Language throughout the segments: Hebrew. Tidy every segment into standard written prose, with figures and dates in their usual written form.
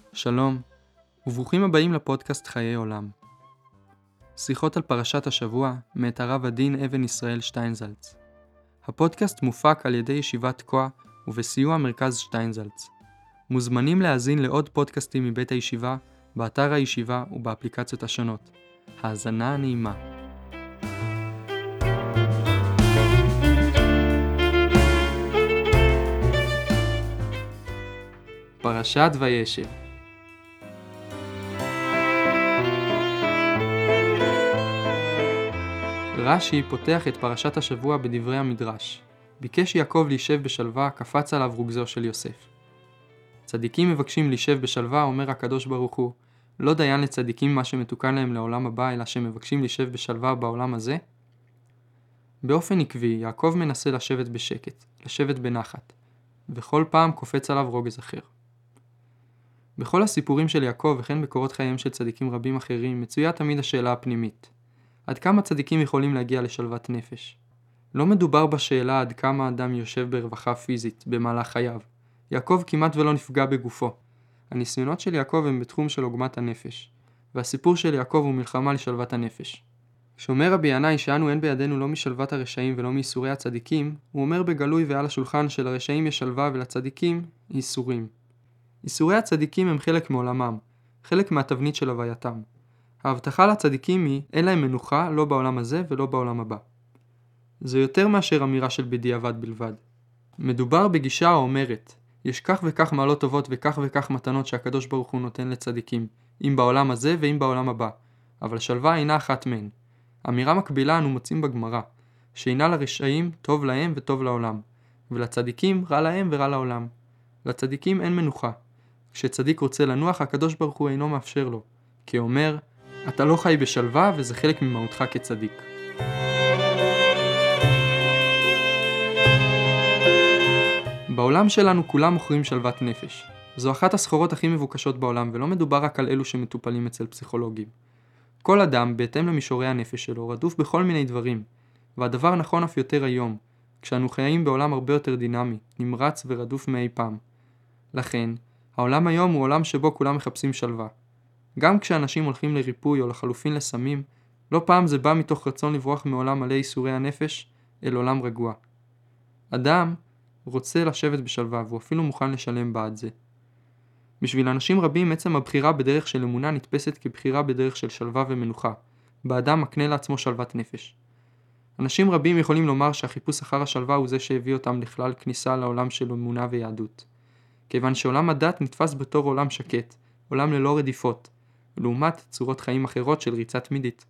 שלום, וברוכים הבאים לפודקאסט חיי עולם. שיחות על פרשת השבוע מאת הרב עדין אבן ישראל שטיינזלץ. הפודקאסט מופק על ידי ישיבת תקוע ובסיוע מרכז שטיינזלץ. מוזמנים להאזין לעוד פודקאסטים מבית הישיבה, באתר הישיבה ובאפליקציות השונות. האזנה נעימה. פרשת וישב. רש"י פותח את פרשת השבוע בדברי המדרש. ביקש יעקב להישב בשלווה, קפץ עליו רוגזו של יוסף. צדיקים מבקשים להישב בשלווה, אומר הקדוש ברוך הוא, לא דיין לצדיקים מה שמתוקן להם לעולם הבא, אלא שמבקשים להישב בשלווה בעולם הזה? באופן עקבי, יעקב מנסה לשבת בשקט, לשבת בנחת, וכל פעם קופץ עליו רוגז אחר. בכל הסיפורים של יעקב וכן בקורות חייהם של צדיקים רבים אחרים, מצויה תמיד השאלה הפנימית. עד כמה צדיקים יכולים להגיע לשלוות נפש? לא מדובר בשאלה עד כמה אדם יושב ברווחה פיזית במהלך חייו. יעקב כמעט ולא נפגע בגופו. הניסיונות של יעקב הם בתחום של עוגמת הנפש, והסיפור של יעקב הוא מלחמה לשלוות הנפש. כשאומר רבי ינאי שאנו אין בידינו לא משלוות הרשעים ולא מייסורי הצדיקים, הוא אומר בגלוי ועל השולחן של הרשעים יש שלווה ולצדיקים ייסורים. ייסורי הצדיקים הם חלק מעולמם, חלק מהתבנית של הווייתם. ההבטחה לצדיקים היא, אין להם מנוחה לא בעולם הזה ולא בעולם הבא. זה יותר מאשר אמירה של בדיעבד בלבד. מדובר בגישה האומרת, יש כך וכך מעלות טובות וכך וכך מתנות שהקדוש ברוך הוא נותן לצדיקים, אם בעולם הזה ואם בעולם הבא, אבל שלווה אינה אחת מהן. אמירה מקבילה אנו מוצאים בגמרא, שאינה לרשעים טוב להם וטוב לעולם, ולצדיקים רע להם ורע לעולם. לצדיקים אין מנוחה. כשצדיק רוצה לנוח, הקדוש ברוך הוא אינו מאפשר לו, כי אומר, אתה לא חי בשלווה וזה חלק ממהותך כצדיק. בעולם שלנו כולם מוכרים שלוות נפש. זו אחת הסחורות הכי מבוקשות בעולם ולא מדובר רק על אלו שמטופלים אצל פסיכולוגים. כל אדם, בהתאם למישורי הנפש שלו, רדוף בכל מיני דברים. והדבר נכון אף יותר היום, כשאנו חיים בעולם הרבה יותר דינמי, נמרץ ורדוף מאי פעם. לכן, העולם היום הוא עולם שבו כולם מחפשים שלווה. גם כשאנשים הולכים לריפוי או לחלופין לסמים, לא פעם זה בא מתוך רצון לברוח מעולם מלא ייסורי הנפש אל עולם רגוע. אדם רוצה לשבת בשלווה והוא אפילו מוכן לשלם בעד זה. בשביל אנשים רבים עצם הבחירה בדרך של אמונה נתפסת כבחירה בדרך של שלווה ומנוחה, באדם מקנה לעצמו שלוות נפש. אנשים רבים יכולים לומר שהחיפוש אחר השלווה הוא זה שהביא אותם לכלל כניסה לעולם של אמונה ויהדות. כיוון שעולם הדת נתפס בתור עולם שקט, עולם ללא רדיפות, לעומת צורות חיים אחרות של ריצה תמידית.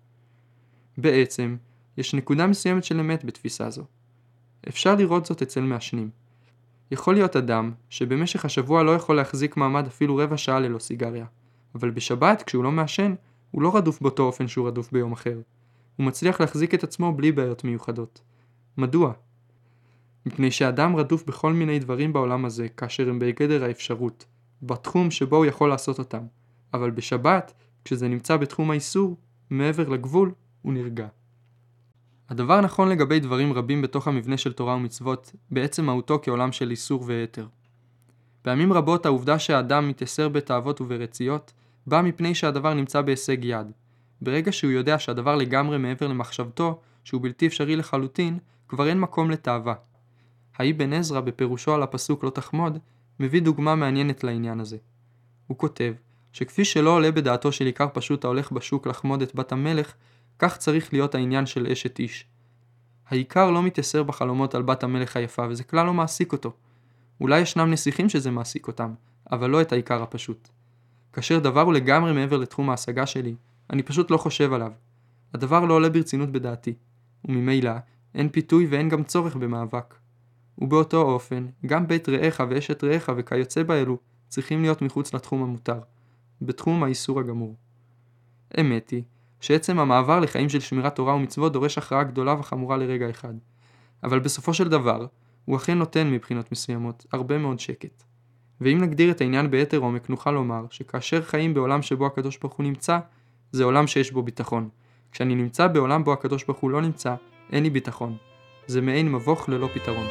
בעצם, יש נקודה מסוימת של אמת בתפיסה זו. אפשר לראות זאת אצל מעשנים. יכול להיות אדם שבמשך השבוע לא יכול להחזיק מעמד אפילו רבע שעה ללא סיגריה, אבל בשבת כשהוא לא מעשן, הוא לא רדוף באותו אופן שהוא רדוף ביום אחר. הוא מצליח להחזיק את עצמו בלי בעיות מיוחדות. מדוע? מפני שאדם רדוף בכל מיני דברים בעולם הזה כאשר הם בגדר האפשרות, בתחום שבו הוא יכול לעשות אותם. אבל בשבת, כשזה נמצא בתחום האיסור, מעבר לגבול, הוא נרגע. הדבר נכון לגבי דברים רבים בתוך המבנה של תורה ומצוות, בעצם מהותו כעולם של איסור ויתר. פעמים רבות העובדה שהאדם מתייסר בתאוות וברציות, בא מפני שהדבר נמצא בהישג יד. ברגע שהוא יודע שהדבר לגמרי מעבר למחשבתו, שהוא בלתי אפשרי לחלוטין, כבר אין מקום לתאווה. האבן עזרא בפירושו על הפסוק לא תחמוד, מביא דוגמה מעניינת לעניין הזה. הוא כותב, שכפי שלא עולה בדעתו של עיקר פשוט ההולך בשוק לחמוד את בת המלך, כך צריך להיות העניין של אשת איש. העיקר לא מתייסר בחלומות על בת המלך היפה, וזה כלל לא מעסיק אותו. אולי ישנם נסיכים שזה מעסיק אותם, אבל לא את העיקר הפשוט. כאשר דבר הוא לגמרי מעבר לתחום ההשגה שלי, אני פשוט לא חושב עליו. הדבר לא עולה ברצינות בדעתי, וממילא אין פיתוי ואין גם צורך במאבק. ובאותו אופן, גם בית רעך ואשת רעך וכיוצא באלו צריכים להיות מחוץ לתחום המותר, בתחום האיסור הגמור. אמת היא, שעצם המעבר לחיים של שמירת תורה ומצוות דורש הכרעה גדולה וחמורה לרגע אחד. אבל בסופו של דבר, הוא אכן נותן מבחינות מסוימות הרבה מאוד שקט. ואם נגדיר את העניין ביתר עומק, נוכל לומר שכאשר חיים בעולם שבו הקדוש ברוך הוא נמצא, זה עולם שיש בו ביטחון. כשאני נמצא בעולם בו הקדוש ברוך הוא לא נמצא, אין לי ביטחון. זה מעין מבוך ללא פתרון.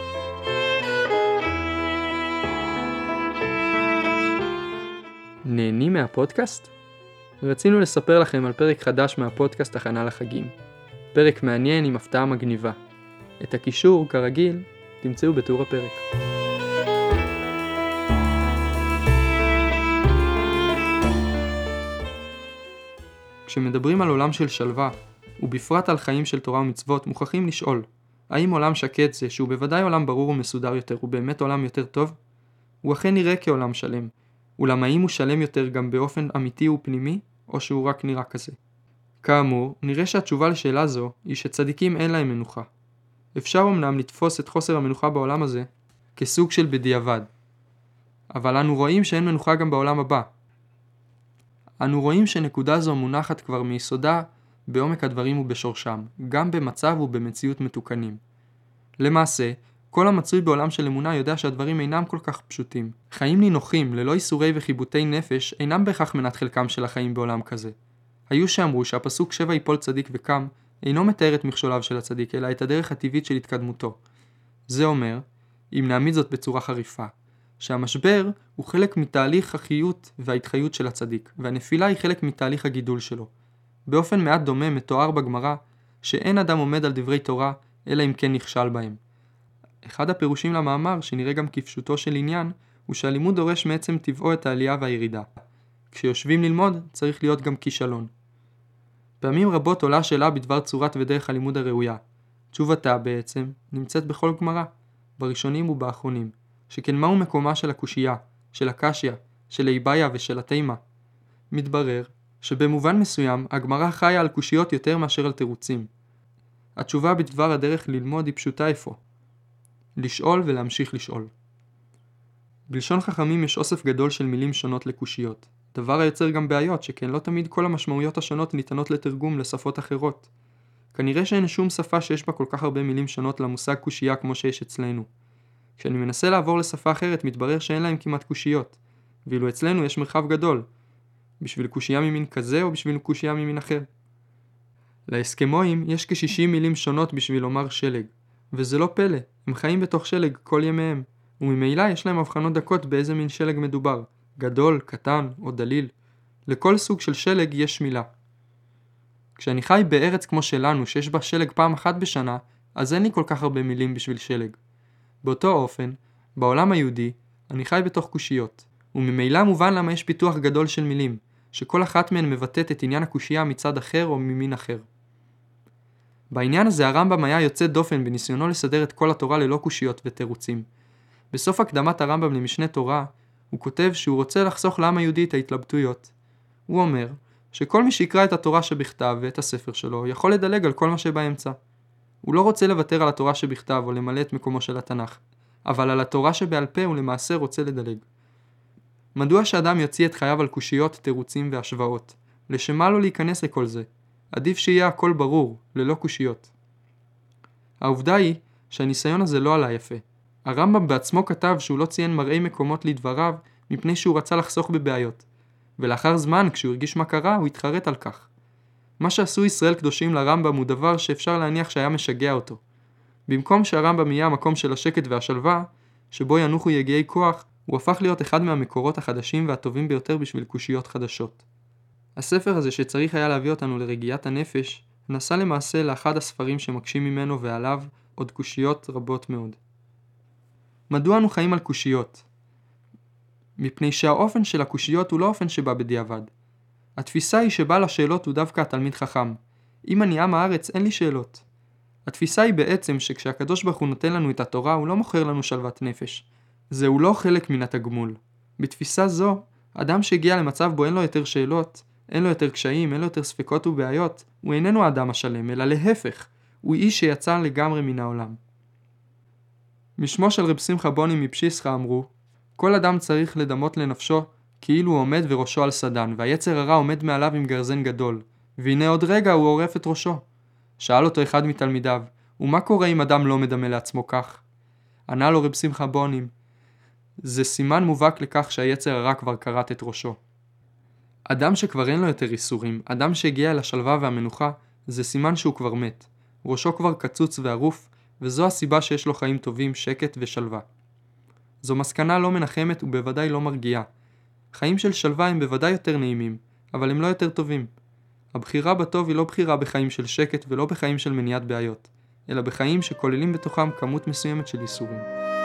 נהנים מהפודקאסט? רצינו לספר לכם על פרק חדש מהפודקאסט הכנה לחגים. פרק מעניין עם הפתעה מגניבה. את הקישור, כרגיל, תמצאו בתיאור הפרק. כשמדברים על עולם של שלווה, ובפרט על חיים של תורה ומצוות, מוכרחים לשאול, האם עולם שקט זה, שהוא בוודאי עולם ברור ומסודר יותר, הוא באמת עולם יותר טוב? הוא אכן נראה כעולם שלם. אולם האם הוא שלם יותר גם באופן אמיתי ופנימי, או שהוא רק נראה כזה? כאמור, נראה שהתשובה לשאלה זו היא שצדיקים אין להם מנוחה. אפשר אמנם לתפוס את חוסר המנוחה בעולם הזה כסוג של בדיעבד. אבל אנו רואים שאין מנוחה גם בעולם הבא. אנו רואים שנקודה זו מונחת כבר מיסודה בעומק הדברים ובשורשם, גם במצב ובמציאות מתוקנים. למעשה, כל המצוי בעולם של אמונה יודע שהדברים אינם כל כך פשוטים. חיים נינוחים, ללא איסורי וחיבוטי נפש, אינם בהכרח מנת חלקם של החיים בעולם כזה. היו שאמרו שהפסוק 7 יפול צדיק וקם, אינו מתאר את מכשוליו של הצדיק, אלא את הדרך הטבעית של התקדמותו. זה אומר, אם נעמיד זאת בצורה חריפה, שהמשבר הוא חלק מתהליך החיות וההתחיות של הצדיק, והנפילה היא חלק מתהליך הגידול שלו. באופן מעט דומה מתואר בגמרא, שאין אדם עומד על דברי תורה, אלא אם כן נכשל בהם. אחד הפירושים למאמר, שנראה גם כפשוטו של עניין, הוא שהלימוד דורש מעצם טבעו את העלייה והירידה. כשיושבים ללמוד, צריך להיות גם כישלון. פעמים רבות עולה שאלה בדבר צורת ודרך הלימוד הראויה. תשובתה בעצם נמצאת בכל גמרא, בראשונים ובאחרונים, שכן מהו מקומה של הקושייה, של הקשיא, של איבאיה ושל התימה. מתברר שבמובן מסוים הגמרא חיה על קושיות יותר מאשר על תירוצים. התשובה בדבר הדרך ללמוד היא פשוטה אפוא. לשאול ולהמשיך לשאול. בלשון חכמים יש אוסף גדול של מילים שונות לקושיות, דבר היוצר גם בעיות, שכן לא תמיד כל המשמעויות השונות ניתנות לתרגום לשפות אחרות. כנראה שאין שום שפה שיש בה כל כך הרבה מילים שונות למושג קושייה כמו שיש אצלנו. כשאני מנסה לעבור לשפה אחרת מתברר שאין להם כמעט קושיות, ואילו אצלנו יש מרחב גדול, בשביל קושייה ממין כזה או בשביל קושייה ממין אחר. לאסקימואים יש כ-60 מילים שונות בשביל לומר שלג, וזה לא פלא, הם חיים בתוך שלג כל ימיהם, וממילא יש להם הבחנות דקות באיזה מין שלג מדובר, גדול, קטן או דליל. לכל סוג של שלג יש מילה. כשאני חי בארץ כמו שלנו שיש בה שלג פעם אחת בשנה, אז אין לי כל כך הרבה מילים בשביל שלג. באותו אופן, בעולם היהודי, אני חי בתוך קושיות, וממילא מובן למה יש פיתוח גדול של מילים, שכל אחת מהן מבטאת את עניין הקושייה מצד אחר או ממין אחר. בעניין הזה הרמב"ם היה יוצא דופן בניסיונו לסדר את כל התורה ללא קושיות ותירוצים. בסוף הקדמת הרמב"ם למשנה תורה, הוא כותב שהוא רוצה לחסוך לעם היהודי את ההתלבטויות. הוא אומר שכל מי שיקרא את התורה שבכתב ואת הספר שלו יכול לדלג על כל מה שבאמצע. הוא לא רוצה לוותר על התורה שבכתב או למלא את מקומו של התנ"ך, אבל על התורה שבעל פה הוא למעשה רוצה לדלג. מדוע שאדם יוציא את חייו על קושיות, תירוצים והשוואות? לשמה לו להיכנס לכל זה? עדיף שיהיה הכל ברור, ללא קושיות. העובדה היא שהניסיון הזה לא עלה יפה. הרמב"ם בעצמו כתב שהוא לא ציין מראי מקומות לדבריו מפני שהוא רצה לחסוך בבעיות. ולאחר זמן, כשהוא הרגיש מה קרה, הוא התחרט על כך. מה שעשו ישראל קדושים לרמב"ם הוא דבר שאפשר להניח שהיה משגע אותו. במקום שהרמב"ם יהיה המקום של השקט והשלווה, שבו ינוחו יגיעי כוח, הוא הפך להיות אחד מהמקורות החדשים והטובים ביותר בשביל קושיות חדשות. הספר הזה שצריך היה להביא אותנו לרגיעת הנפש, נסע למעשה לאחד הספרים שמקשים ממנו ועליו עוד קושיות רבות מאוד. מדוע אנו חיים על קושיות? מפני שהאופן של הקושיות הוא לא אופן שבא בדיעבד. התפיסה היא שבעל השאלות הוא דווקא התלמיד חכם. אם אני עם הארץ אין לי שאלות. התפיסה היא בעצם שכשהקדוש ברוך הוא נותן לנו את התורה הוא לא מוכר לנו שלוות נפש. זהו לא חלק מן התגמול. בתפיסה זו, אדם שהגיע למצב בו אין לו יותר שאלות, אין לו יותר קשיים, אין לו יותר ספקות ובעיות, הוא איננו האדם השלם, אלא להפך, הוא איש שיצא לגמרי מן העולם. משמו של רב שמחה בוני מפשיסחה אמרו, כל אדם צריך לדמות לנפשו כאילו הוא עומד וראשו על סדן, והיצר הרע עומד מעליו עם גרזן גדול, והנה עוד רגע הוא עורף את ראשו. שאל אותו אחד מתלמידיו, ומה קורה אם אדם לא מדמה לעצמו כך? ענה לו רב שמחה בוני, זה סימן מובהק לכך שהיצר הרע כבר קראת את ראשו. אדם שכבר אין לו יותר איסורים, אדם שהגיע אל השלווה והמנוחה, זה סימן שהוא כבר מת. ראשו כבר קצוץ וערוף, וזו הסיבה שיש לו חיים טובים, שקט ושלווה. זו מסקנה לא מנחמת ובוודאי לא מרגיעה. חיים של שלווה הם בוודאי יותר נעימים, אבל הם לא יותר טובים. הבחירה בטוב היא לא בחירה בחיים של שקט ולא בחיים של מניעת בעיות, אלא בחיים שכוללים בתוכם כמות מסוימת של ייסורים.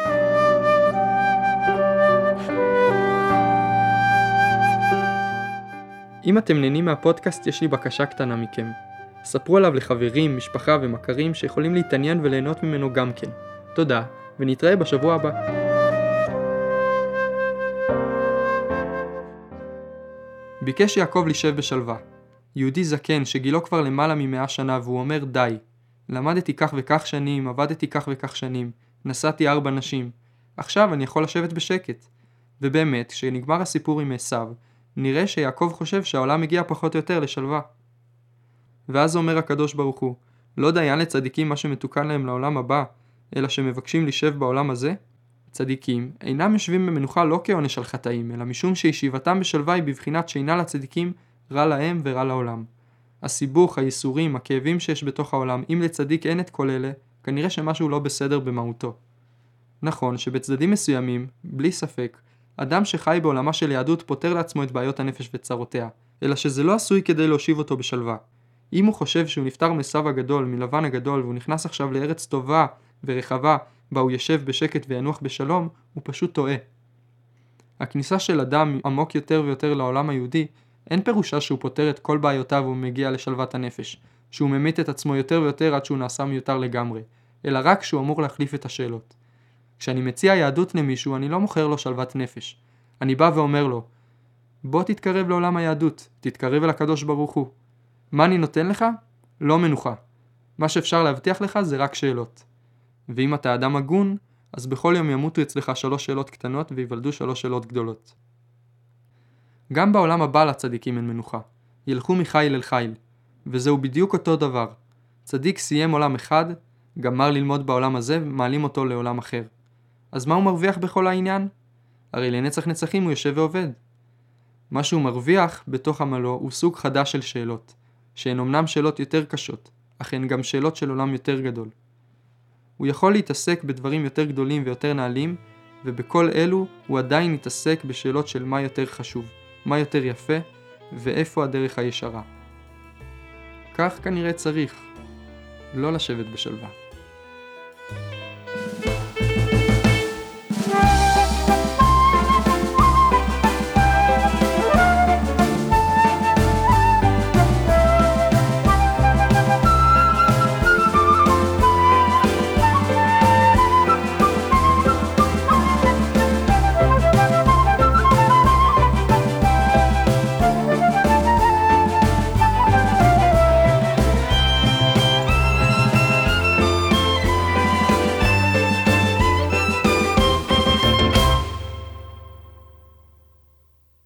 אם אתם נהנים מהפודקאסט, יש לי בקשה קטנה מכם. ספרו עליו לחברים, משפחה ומכרים שיכולים להתעניין וליהנות ממנו גם כן. תודה, ונתראה בשבוע הבא. ביקש יעקב לישב בשלווה. יהודי זקן שגילו כבר למעלה מ100 שנה והוא אומר די. למדתי כך וכך שנים, עבדתי כך וכך שנים, נשאתי 4 נשים. עכשיו אני יכול לשבת בשקט. ובאמת, כשנגמר הסיפור עם עשיו, נראה שיעקב חושב שהעולם מגיע פחות או יותר לשלווה. ואז אומר הקדוש ברוך הוא, לא דיין לצדיקים מה שמתוקן להם לעולם הבא, אלא שמבקשים לשב בעולם הזה? צדיקים אינם יושבים במנוחה לא כעונש על חטאים, אלא משום שישיבתם בשלווה היא בבחינת שינה לצדיקים, רע להם ורע לעולם. הסיבוך, הייסורים, הכאבים שיש בתוך העולם, אם לצדיק אין את כל אלה, כנראה שמשהו לא בסדר במהותו. נכון שבצדדים מסוימים, בלי ספק, אדם שחי בעולמה של יהדות פותר לעצמו את בעיות הנפש וצרותיה, אלא שזה לא עשוי כדי להושיב אותו בשלווה. אם הוא חושב שהוא נפטר מעשיו הגדול, מלבן הגדול, והוא נכנס עכשיו לארץ טובה ורחבה, בה הוא ישב בשקט וינוח בשלום, הוא פשוט טועה. הכניסה של אדם עמוק יותר ויותר לעולם היהודי, אין פירושה שהוא פותר את כל בעיותיו והוא מגיע לשלוות הנפש, שהוא ממית את עצמו יותר ויותר עד שהוא נעשה מיותר לגמרי, אלא רק שהוא אמור להחליף את השאלות. כשאני מציע יהדות למישהו, אני לא מוכר לו שלוות נפש. אני בא ואומר לו, בוא תתקרב לעולם היהדות, תתקרב אל הקדוש ברוך הוא. מה אני נותן לך? לא מנוחה. מה שאפשר להבטיח לך זה רק שאלות. ואם אתה אדם הגון, אז בכל יום ימותו אצלך 3 שאלות קטנות ויוולדו 3 שאלות גדולות. גם בעולם הבא לצדיקים אין מנוחה. ילכו מחיל אל חיל. וזהו בדיוק אותו דבר. צדיק סיים עולם אחד, גמר ללמוד בעולם הזה ומעלים אותו לעולם אחר. אז מה הוא מרוויח בכל העניין? הרי לנצח נצחים הוא יושב ועובד. מה שהוא מרוויח בתוך עמלו הוא סוג חדש של שאלות, שהן אמנם שאלות יותר קשות, אך הן גם שאלות של עולם יותר גדול. הוא יכול להתעסק בדברים יותר גדולים ויותר נעלים, ובכל אלו הוא עדיין יתעסק בשאלות של מה יותר חשוב, מה יותר יפה, ואיפה הדרך הישרה. כך כנראה צריך, לא לשבת בשלווה.